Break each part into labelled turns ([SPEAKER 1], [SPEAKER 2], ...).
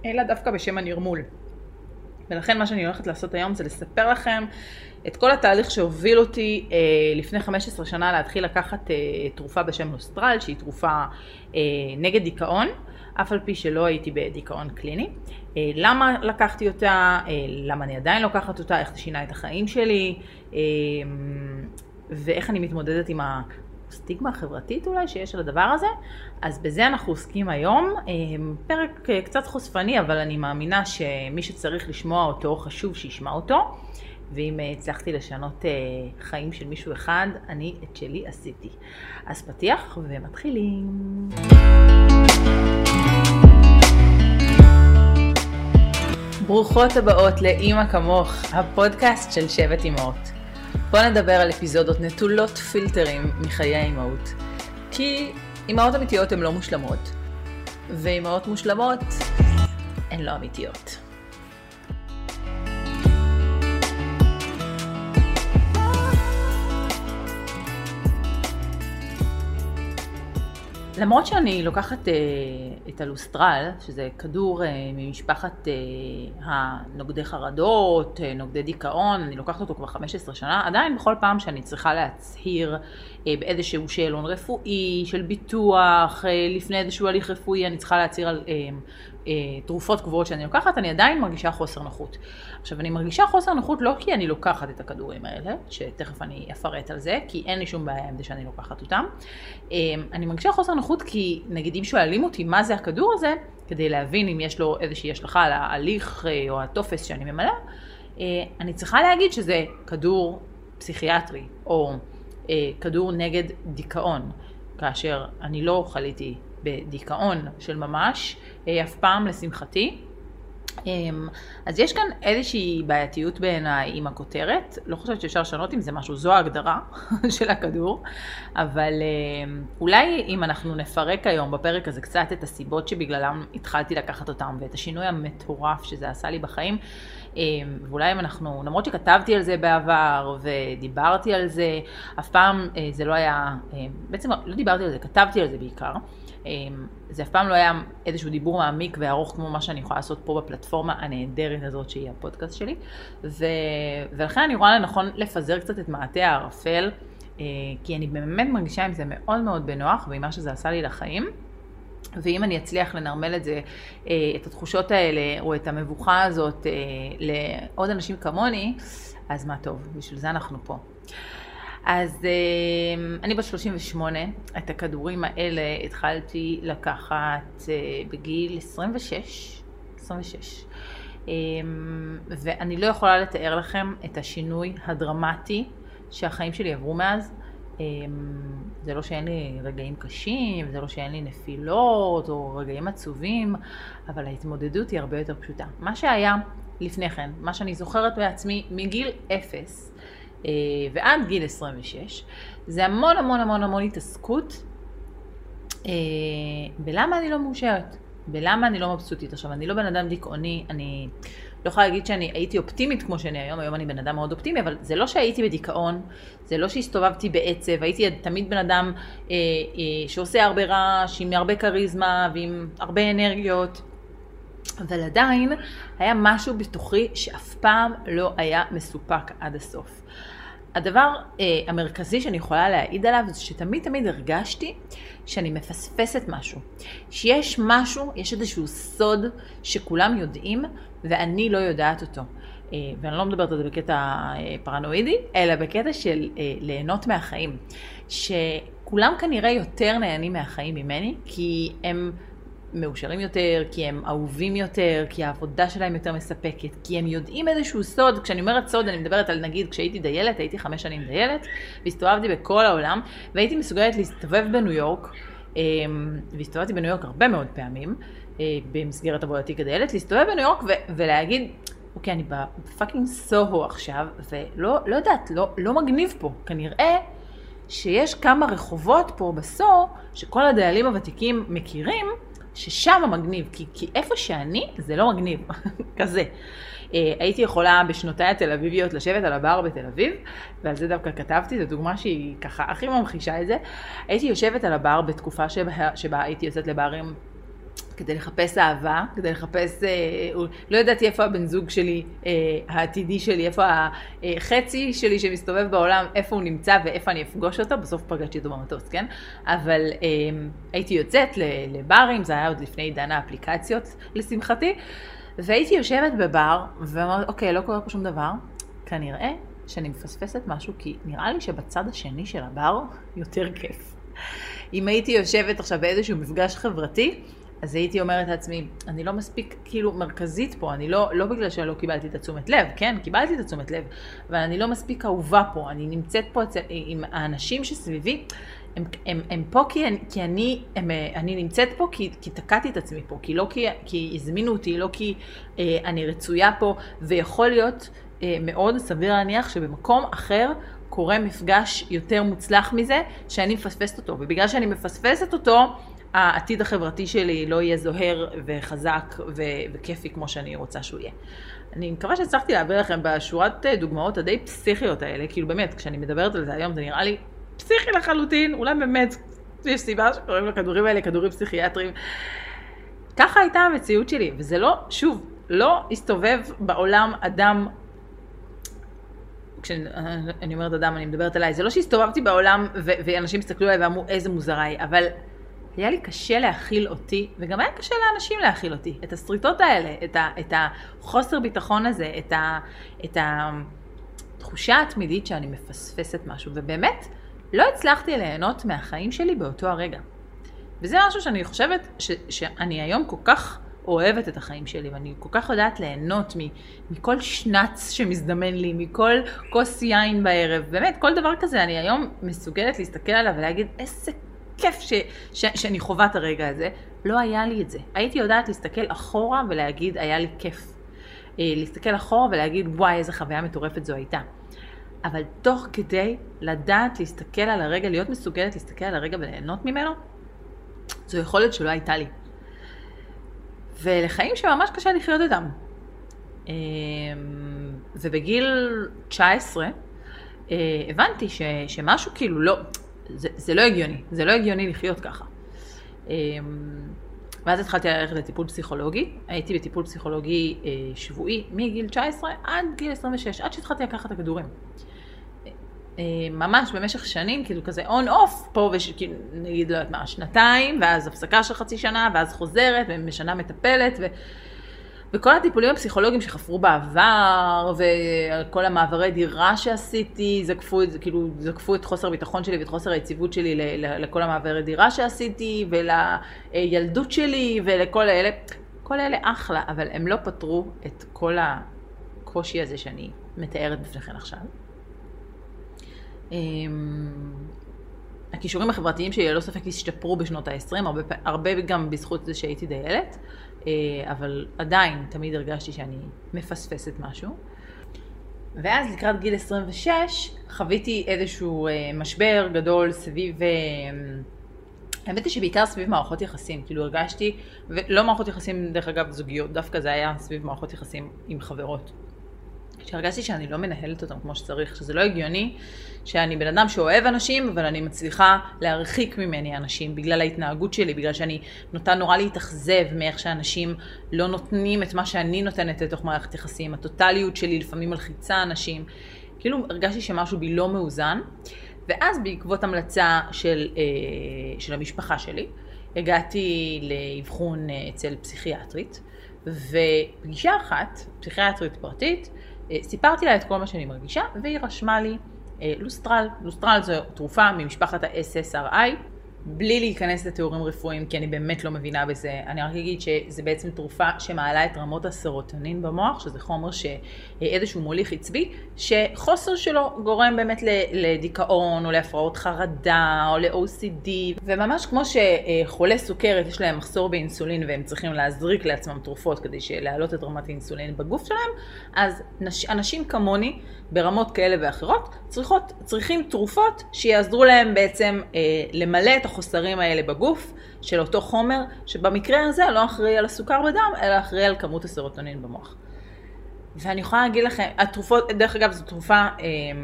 [SPEAKER 1] אלא דווקא בשם הנרמול. ולכן מה שאני הולכת לעשות היום זה לספר לכם את כל התהליך שהוביל אותי לפני 15 שנה להתחיל לקחת תרופה בשם לוסטרל, שהיא תרופה נגד דיכאון, אף על פי שלא הייתי בדיכאון קליני. למה לקחתי אותה, למה אני עדיין לוקחת אותה, איך זה שינה את החיים שלי, ואיך אני מתמודדת עם הסטיגמה החברתית אולי שיש על הדבר הזה. אז בזה אנחנו עוסקים היום. פרק קצת חושפני, אבל אני מאמינה שמי שצריך לשמוע אותו, חשוב שישמע אותו. ואם הצלחתי לשנות חיים של מישהו אחד, אני את שלי עשיתי. אז פתיח ומתחילים. ברוכות הבאות לאמא כמוך, הפודקאסט של שבט אמהות. בוא נדבר על אפיזודות נטולות פילטרים מחיי האמהות. כי אמהות אמיתיות הן לא מושלמות, ואמהות מושלמות הן לא אמיתיות. למרות שאני לוקחת את הלוסטרל, שזה כדור ממשפחת הנוגדי חרדות, נוגדי דיכאון, אני לוקחת אותו כבר 15 שנה, עדיין בכל פעם שאני צריכה להצהיר באיזשהו שאלון רפואי, של ביטוח, לפני איזשהו הליך רפואי, אני צריכה להצהיר על תרופות קבועות שאני לוקחת, אני עדיין מרגישה חוסר נוחות. עכשיו, אני מרגישה חוסר נוחות לא כי אני לוקחת את הכדורים האלה, שתכף אני אפרט על זה, כי אין לי שום בעיה עם זה שאני לוקחת אותם. אני מרגישה חוסר נוחות כי, נגיד, אם שואלים אותי מה זה הכדור הזה, כדי להבין אם יש לו איזושהי השלכה על ההליך או הטופס שאני ממלא, אני צריכה להגיד שזה כדור פסיכיאטרי, או כדור נגד דיכאון, כאשר אני לא חליתי בדיכאון של ממש, אף פעם לשמחתי. אז יש כאן איזושהי בעייתיות בעיניי עם הכותרת, לא חושבת שאפשר לשנות אם זה משהו, זו ההגדרה של הכדור, אבל אולי אם אנחנו נפרק היום בפרק הזה קצת את הסיבות שבגללם התחלתי לקחת אותם, ואת השינוי המטורף שזה עשה לי בחיים, ואולי אם אנחנו, למרות שכתבתי על זה בעבר ודיברתי על זה, אף פעם זה לא היה, בעצם לא דיברתי על זה, כתבתי על זה בעיקר, זה אף פעם לא היה איזשהו דיבור מעמיק וארוך כמו מה שאני יכולה לעשות פה בפלטפורמה הנהדרת הזאת שהיא הפודקאסט שלי, ולכן אני רואה לנכון לפזר קצת את מעטה הערפל, כי אני באמת מרגישה עם זה מאוד מאוד בנוח ועם מה שזה עשה לי לחיים, ואם אני אצליח לנרמל את זה, את התחושות האלה או את המבוכה הזאת לעוד אנשים כמוני, אז מה טוב, בשביל זה אנחנו פה. אז אני בת 38, את הכדורים האלה התחלתי לקחת בגיל 26, ואני לא יכולה לתאר לכם את השינוי הדרמטי שהחיים שלי עברו מאז. זה לא שאין לי רגעים קשים, זה לא שאין לי נפילות או רגעים עצובים, אבל ההתמודדות היא הרבה יותר פשוטה. מה שהיה לפני כן, מה שאני זוכרת בעצמי מגיל 0, ועד גיל 26, זה המון המון המון המון התעסקות בלמה אני לא מאושרת, בלמה אני לא מבסוטית. עכשיו, אני לא בן אדם דיכאוני, אני לא יכולה להגיד שאני הייתי אופטימית כמו שאני היום אני בן אדם מאוד אופטימי, אבל זה לא שהייתי בדיכאון, זה לא שהסתובבתי בעצב, הייתי תמיד בן אדם שעושה הרבה רעש, עם הרבה קריזמה ועם הרבה אנרגיות, אבל עדיין היה משהו בתוכי שאף פעם לא היה מסופק עד הסוף. הדבר המרכזי שאני יכולה להעיד עליו זה שתמיד הרגשתי שאני מפספסת משהו. שיש משהו, יש איזשהו סוד שכולם יודעים ואני לא יודעת אותו. ואני לא מדברת על זה בקטע פרנואידי, אלא בקטע של ליהנות מהחיים. שכולם כנראה יותר נהנים מהחיים ממני, כי הם מאושרים יותר, כי הם אהובים יותר, כי העבודה שלהם יותר מספקת, כי הם יודעים איזשהו סוד. כשאני אומרת סוד, אני מדברת על, נגיד, כשהייתי דיילת, הייתי 5 שנים דיילת, והסתובבתי בכל העולם, והייתי מסוגלת להסתובב בניו יורק, והסתובבתי בניו יורק הרבה מאוד פעמים, במסגרת עבודתי כדיילת, להסתובב בניו יורק ולהגיד, אוקיי, אני בפאקינג סוהו עכשיו, ולא יודעת, לא מגניב פה. כנראה שיש כמה רחובות פה בסוהו, שכל הדיילים הוותיקים מכירים, ששם מגניב, כי איפה שאני זה לא מגניב, כזה. הייתי יכולה בשנותיי התל אביביות לשבת על הבר בתל אביב, ועל זה דווקא כתבתי, זו דוגמה שהיא ככה הכי ממחישה את זה. הייתי יושבת על הבר בתקופה שבה הייתי יוצאת לברים כדי לחפש אהבה, כדי לחפש, לא ידעתי איפה הבן זוג שלי, העתידי שלי, איפה החצי שלי שמסתובב בעולם, איפה הוא נמצא ואיפה אני אפגוש אותו, בסוף פגשתי אותו במטוס, כן? אבל הייתי יוצאת לברים, זה היה עוד לפני עידן האפליקציות, לשמחתי, והייתי יושבת בבר, ואומרת, אוקיי, לא קורה פה שום דבר, כנראה שאני מפספסת משהו, כי נראה לי שבצד השני של הבר יותר כיף. אם הייתי יושבת עכשיו באיזשהו מפגש חברתי, אז הייתי אומרת לעצמי, אני לא מספיק כאילו מרכזית פה, אני לא בגלל שאני לא קיבלתי את התשומת לב, כן, קיבלתי את התשומת לב, אבל אני לא מספיק אהובה פה, אני נמצאת פה עם האנשים שסביבי, הם פה כי אני נמצאת פה כי תקעתי את עצמי פה, כי הזמינו אותי, לא כי אני רצויה פה, ויכול להיות מאוד סביר להניח שבמקום אחר קורה מפגש יותר מוצלח מזה, שאני מפספסת אותו, ובגלל שאני מפספסת אותו, העתיד החברתי שלי לא יהיה זוהר וחזק וכיפי כמו שאני רוצה שהוא יהיה. אני מקווה שהצלחתי להעביר לכם בשורת דוגמאות הדי פסיכיות האלה, כאילו באמת, כשאני מדברת על זה היום, זה נראה לי פסיכי לחלוטין, אולי באמת יש סיבה שקוראים לכדורים האלה כדורים פסיכיאטריים. ככה הייתה המציאות שלי, וזה לא, שוב, לא הסתובב בעולם אדם, כשאני אומרת אדם, אני מדברת עליי, זה לא שהסתובבתי בעולם ואנשים הסתכלו עליי ואמרו איזה מוזרה היא, אבל היה לי קשה להכיל אותי, וגם היה קשה לאנשים להכיל אותי, את הסריטות האלה, את החוסר ביטחון הזה, את התחושה התמידית שאני מפספסת משהו, ובאמת לא הצלחתי ליהנות מהחיים שלי באותו הרגע. וזה משהו שאני חושבת שאני היום כל כך אוהבת את החיים שלי, ואני כל כך יודעת ליהנות מכל שנץ שמזדמן לי, מכל כוס יין בערב, באמת כל דבר כזה, אני היום מסוגלת להסתכל עליו ולהגיד איזה כיף שאני חווה את הרגע הזה. לא היה לי את זה. הייתי יודעת להסתכל אחורה ולהגיד, היה לי כיף. להסתכל אחורה ולהגיד, וואי, איזה חוויה מטורפת זו הייתה. אבל תוך כדי לדעת להסתכל על הרגע, להיות מסוגלת להסתכל על הרגע וליהנות ממנו, זו יכולת שלא הייתה לי. ולחיים שממש קשה לחיות אותם. ובגיל 19, הבנתי שמשהו כאילו לא, זה לא הגיוני, זה לא הגיוני לחיות ככה. ואז התחלתי ללכת לטיפול פסיכולוגי, הייתי בטיפול פסיכולוגי שבועי מגיל 19 עד גיל 26, עד שהתחלתי לקחת את הכדורים. ממש במשך שנים, כאילו כזה on-off, פה נגיד, לא יודעת מה, שנתיים, ואז הפסקה של חצי שנה, ואז חוזרת, ומשנה מטפלת, וכל הטיפולים הפסיכולוגיים שחפרו בעבר, וכל המעברי דירה שעשיתי, זקפו את חוסר הביטחון שלי ואת חוסר היציבות שלי לכל המעברי דירה שעשיתי, ולילדות שלי, ולכל האלה. כל האלה אחלה, אבל הם לא פתרו את כל הקושי הזה שאני מתארת בפניכם עכשיו. הכישורים החברתיים שלי, לא ספק, השתפרו בשנות ה-20, הרבה גם בזכות זה שהייתי דיילת, אבל עדיין תמיד הרגשתי שאני מפספסת משהו. ואז לקראת גיל 26 חוויתי איזשהו משבר גדול סביב, האמת היא שבעיקר סביב מערכות יחסים, כאילו הרגשתי, ולא מערכות יחסים דרך אגב זוגיות, דווקא זה היה סביב מערכות יחסים עם חברות. שהרגשתי שאני לא מנהלת אותם כמו שצריך, שזה לא הגיוני שאני בן אדם שאוהב אנשים, אבל אני מצליחה להרחיק ממני אנשים בגלל ההתנהגות שלי, בגלל שאני נוטה נורא להתאכזב מאיך שאנשים לא נותנים את מה שאני נותנת לתוך מערכת יחסים. הטוטליות שלי לפעמים מלחיצה אנשים, כאילו הרגשתי שמשהו בי לא מאוזן, ואז בעקבות המלצה של המשפחה שלי, הגעתי לאבחון אצל פסיכיאטרית, ופגישה אחת, פסיכיאטרית פרטית, סיפרתי לה את כל מה שאני מרגישה, והיא רשמה לי לוסטרל. לוסטרל זו תרופה ממשפחת ה-SSRI, בלי להיכנס לתיאורים רפואיים, כי אני באמת לא מבינה בזה. אני רק אגיד שזה בעצם תרופה שמעלה את רמות הסרוטונין במוח, שזה חומר שאיזשהו מוליך עצבי, שחוסר שלו גורם באמת לדיכאון, או להפרעות חרדה, או ל-OCD. וממש כמו שחולי סוכרת יש להם מחסור באינסולין, והם צריכים להזריק לעצמם תרופות כדי להעלות את רמת האינסולין בגוף שלהם, אז אנשים כמוני, ברמות כאלה ואחרות, צריכים תרופות שיעזרו להם בעצם למלא את החוסרים האלה בגוף של אותו חומר, שבמקרה הזה לא אחראי על הסוכר בדם, אלא אחראי על כמות הסרוטונין במוח. ואני יכולה להגיד לכם, התרופות, דרך אגב, זו תרופה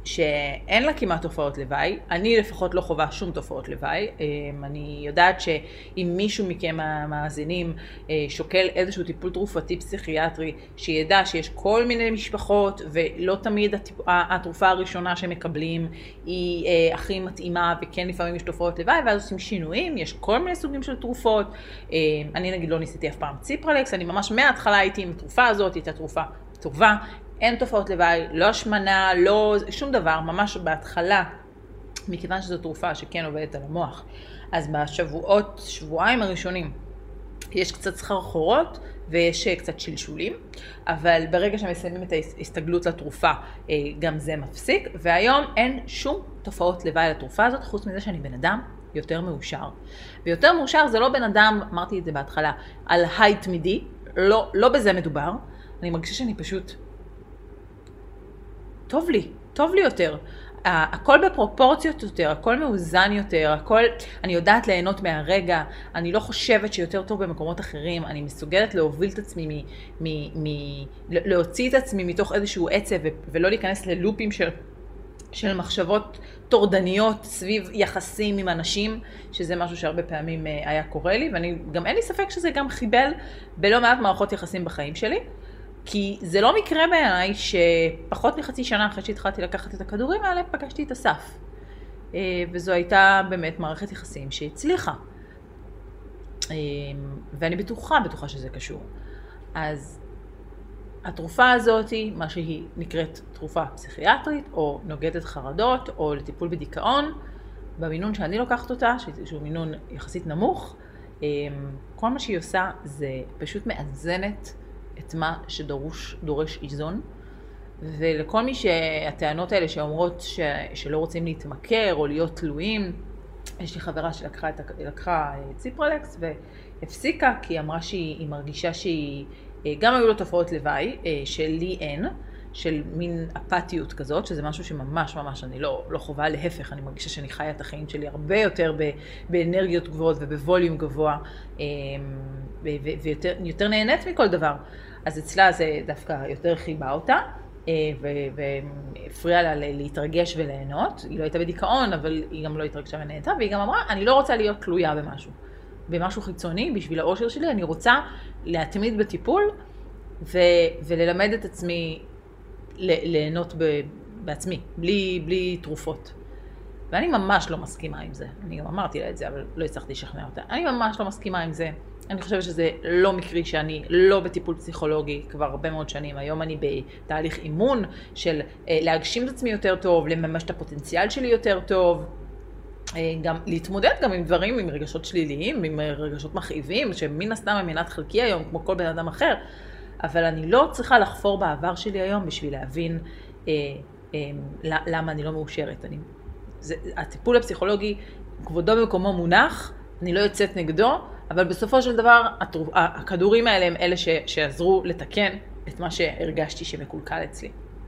[SPEAKER 1] שאין לה כמעט תופעות לוואי, אני לפחות לא חווה שום תופעות לוואי, אני יודעת שאם מישהו מכם המאזינים שוקל איזשהו טיפול תרופתי פסיכיאטרי, שידע שיש כל מיני משפחות ולא תמיד התרופה הראשונה שמקבלים היא הכי מתאימה, וכן לפעמים יש תופעות לוואי ואז עושים שינויים, יש כל מיני סוגים של תרופות, אני נגיד לא ניסיתי אף פעם ציפרלקס, אני ממש מההתחלה הייתי עם התרופה הזאת, הייתה תרופה טובה, אין תופעות לוואי, לא השמנה, לא שום דבר, ממש בהתחלה, מכיוון שזו תרופה שכן עובדת על המוח. אז שבועיים הראשונים, יש קצת סחרחורות ויש קצת שלשולים, אבל ברגע שמסיימים את ההסתגלות לתרופה, גם זה מפסיק, והיום אין שום תופעות לוואי לתרופה הזאת, חוץ מזה שאני בן אדם יותר מאושר. ויותר מאושר זה לא בן אדם, אמרתי את זה בהתחלה, על היי תמידי, לא בזה מדובר, אני מרגישה שאני פשוט טוב לי יותר. הכל בפרופורציות יותר, הכל מאוזן יותר, אני יודעת ליהנות מהרגע, אני לא חושבת שיותר טוב במקומות אחרים, אני מסוגלת להוביל את עצמי, להוציא את עצמי מתוך איזשהו עצב, ולא להיכנס ללופים של מחשבות טורדניות סביב יחסים עם אנשים, שזה משהו שהרבה פעמים היה קורה לי, וגם אין לי ספק שזה גם חיבל בלא מעט מערכות יחסים בחיים שלי. כי זה לא מקרה בעיניי שפחות מחצי שנה אחרי שהתחלתי לקחת את הכדורים האלה, פגשתי את אסף. וזו הייתה באמת מערכת יחסים שהצליחה. ואני בטוחה שזה קשור. אז התרופה הזאת, מה שהיא נקראת תרופה פסיכיאטרית, או נוגדת חרדות, או לטיפול בדיכאון, במינון שאני לוקחת אותה, שהוא מינון יחסית נמוך, כל מה שהיא עושה זה פשוט מאזנת את מה שדורש איזון, ולכל מי שהטענות האלה שאומרות שלא רוצים להתמכר או להיות תלויים, יש לי חברה שלקחה ציפרלקס והפסיקה, כי היא אמרה שהיא מרגישה שהיא, גם היו לו תופעות לוואי, שלי אין, של מין אפתיות כזאת, שזה משהו שממש אני לא חובה, להפך, אני מרגישה שאני חיה את החיים שלי הרבה יותר באנרגיות גבוהות ובווליום גבוה, ויותר נהנית מכל דבר. אז אצלה זה דווקא יותר חיבה אותה, והפריעה לה להתרגש וליהנות. היא לא הייתה בדיכאון, אבל היא גם לא התרגשה ונהנתה, והיא גם אמרה, אני לא רוצה להיות תלויה במשהו חיצוני, בשביל האושר שלי, אני רוצה להתמיד בטיפול, וללמד את עצמי ליהנות בעצמי, בלי תרופות. ואני ממש לא מסכימה עם זה. אני גם אמרתי לה את זה, אבל לא הצלחתי לשכנע אותה. אני ממש לא מסכימה עם זה. אני חושבת שזה לא מקרי שאני לא בטיפול פסיכולוגי כבר הרבה מאוד שנים. היום אני בתהליך אימון של להגשים את עצמי יותר טוב, לממש את הפוטנציאל שלי יותר טוב, גם להתמודד גם עם דברים, עם רגשות שליליים, עם רגשות מכאיבים, שמן הסתם הם מנת חלקי היום, כמו כל בן אדם אחר. אבל אני לא צריכה לחפור בעבר שלי היום בשביל להבין למה אני לא מאושרת. הטיפול הפסיכולוגי, כבודו במקומו מונח, אני לא יוצאת נגדו, אבל בסופו של דבר הכדורים האלה הם אלה שעזרו לתקן את מה שהרגשתי שמקולקל אצלי.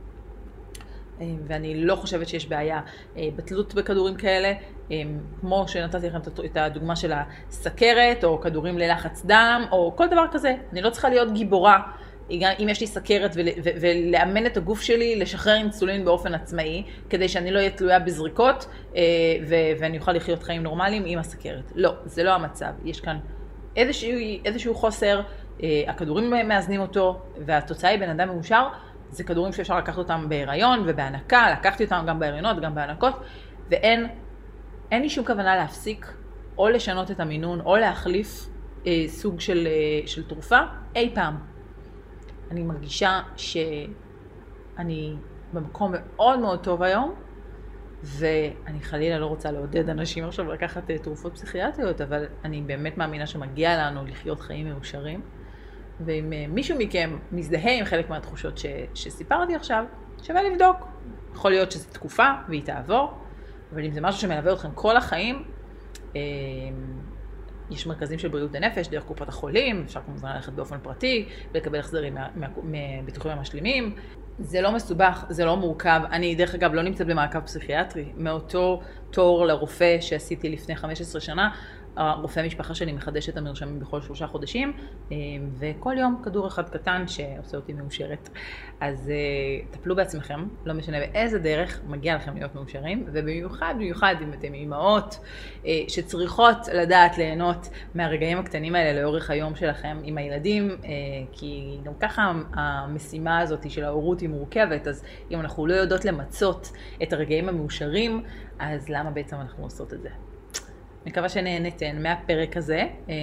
[SPEAKER 1] ואני לא חושבת שיש בעיה בתלות בכדורים כאלה, כמו שנתתי לכם את הדוגמה של הסכרת, או כדורים ללחץ דם, או כל דבר כזה. אני לא צריכה להיות גיבורה, אם יש לי סכרת, ולאמן את הגוף שלי לשחרר אינסולין באופן עצמאי, כדי שאני לא אהיה תלויה בזריקות, ואני אוכל לחיות חיים נורמליים עם הסכרת. לא, זה לא המצב. יש כאן איזשהו חוסר, הכדורים מאזנים אותו, והתוצאה היא בן אדם מאושר, זה כדורים שאפשר לקחת אותם בהיריון ובהנקה, לקחתי אותם גם בהיריונות, גם בהנקות, ואין לי שום כוונה להפסיק, או לשנות את המינון, או להחליף סוג של תרופה, אי פעם. אני מרגישה שאני במקום מאוד מאוד טוב היום, ואני חלילה לא רוצה לעודד אנשים עכשיו לקחת תרופות פסיכיאטריות, אבל אני באמת מאמינה שמגיע לנו לחיות חיים מאושרים. ואם מישהו מכם מזדהה עם חלק מהתחושות שסיפרתי עכשיו, שווה לבדוק. יכול להיות שזו תקופה והיא תעבור, אבל אם זה משהו שמלווה אתכם כל החיים, יש מרכזים של בריאות הנפש דרך קופות החולים, אפשר כמובן ללכת באופן פרטי ולקבל החזרים מהביטוחים המשלימים. זה לא מסובך, זה לא מורכב. אני דרך אגב לא נמצאת במעקב פסיכיאטרי. מאותו תור לרופא שעשיתי לפני 15 שנה, הרופא משפחה שלי מחדש את המרשמים בכל 3 חודשים, וכל יום כדור אחד קטן שעושה אותי מאושרת. אז טפלו בעצמכם, לא משנה באיזה דרך, מגיע לכם להיות מאושרים, ובמיוחד אם אתם אימהות שצריכות לדעת ליהנות מהרגעים הקטנים האלה לאורך היום שלכם עם הילדים, כי גם ככה המשימה הזאת של ההורות היא מורכבת, אז אם אנחנו לא יודעות למצות את הרגעים המאושרים, אז למה בעצם אנחנו עושות את זה? אני מקווה שנהנתן מהפרק הזה.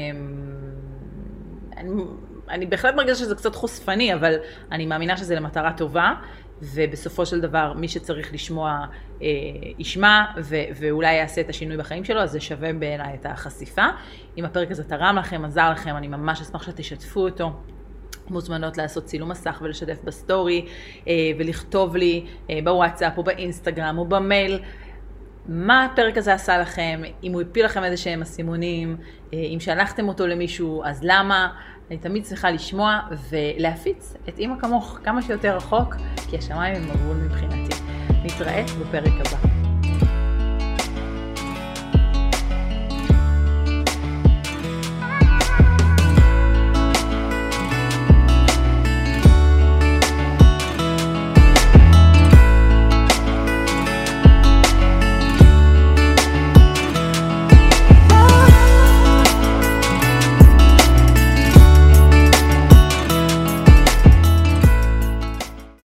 [SPEAKER 1] אני בהחלט מרגישה שזה קצת חושפני, אבל אני מאמינה שזה למטרה טובה, ובסופו של דבר מי שצריך לשמוע ישמע, ואולי יעשה את השינוי בחיים שלו, אז זה שווה בעיניי את החשיפה. אם הפרק הזה תרם לכם, עזר לכם, אני ממש אשמח שתשתפו אותו. מוזמנות לעשות צילום מסך ולשתף בסטורי, ולכתוב לי בוואטסאפ או באינסטגרם או במייל, מה הפרק הזה עשה לכם, אם הוא הפיל לכם איזה שהם הסימונים, אם שלחתם אותו למישהו, אז למה? אני תמיד צריכה לשמוע ולהפיץ את אמא כמוך כמה שיותר רחוק, כי השמיים הם הגבול מבחינתי. נתראה בפרק הבא.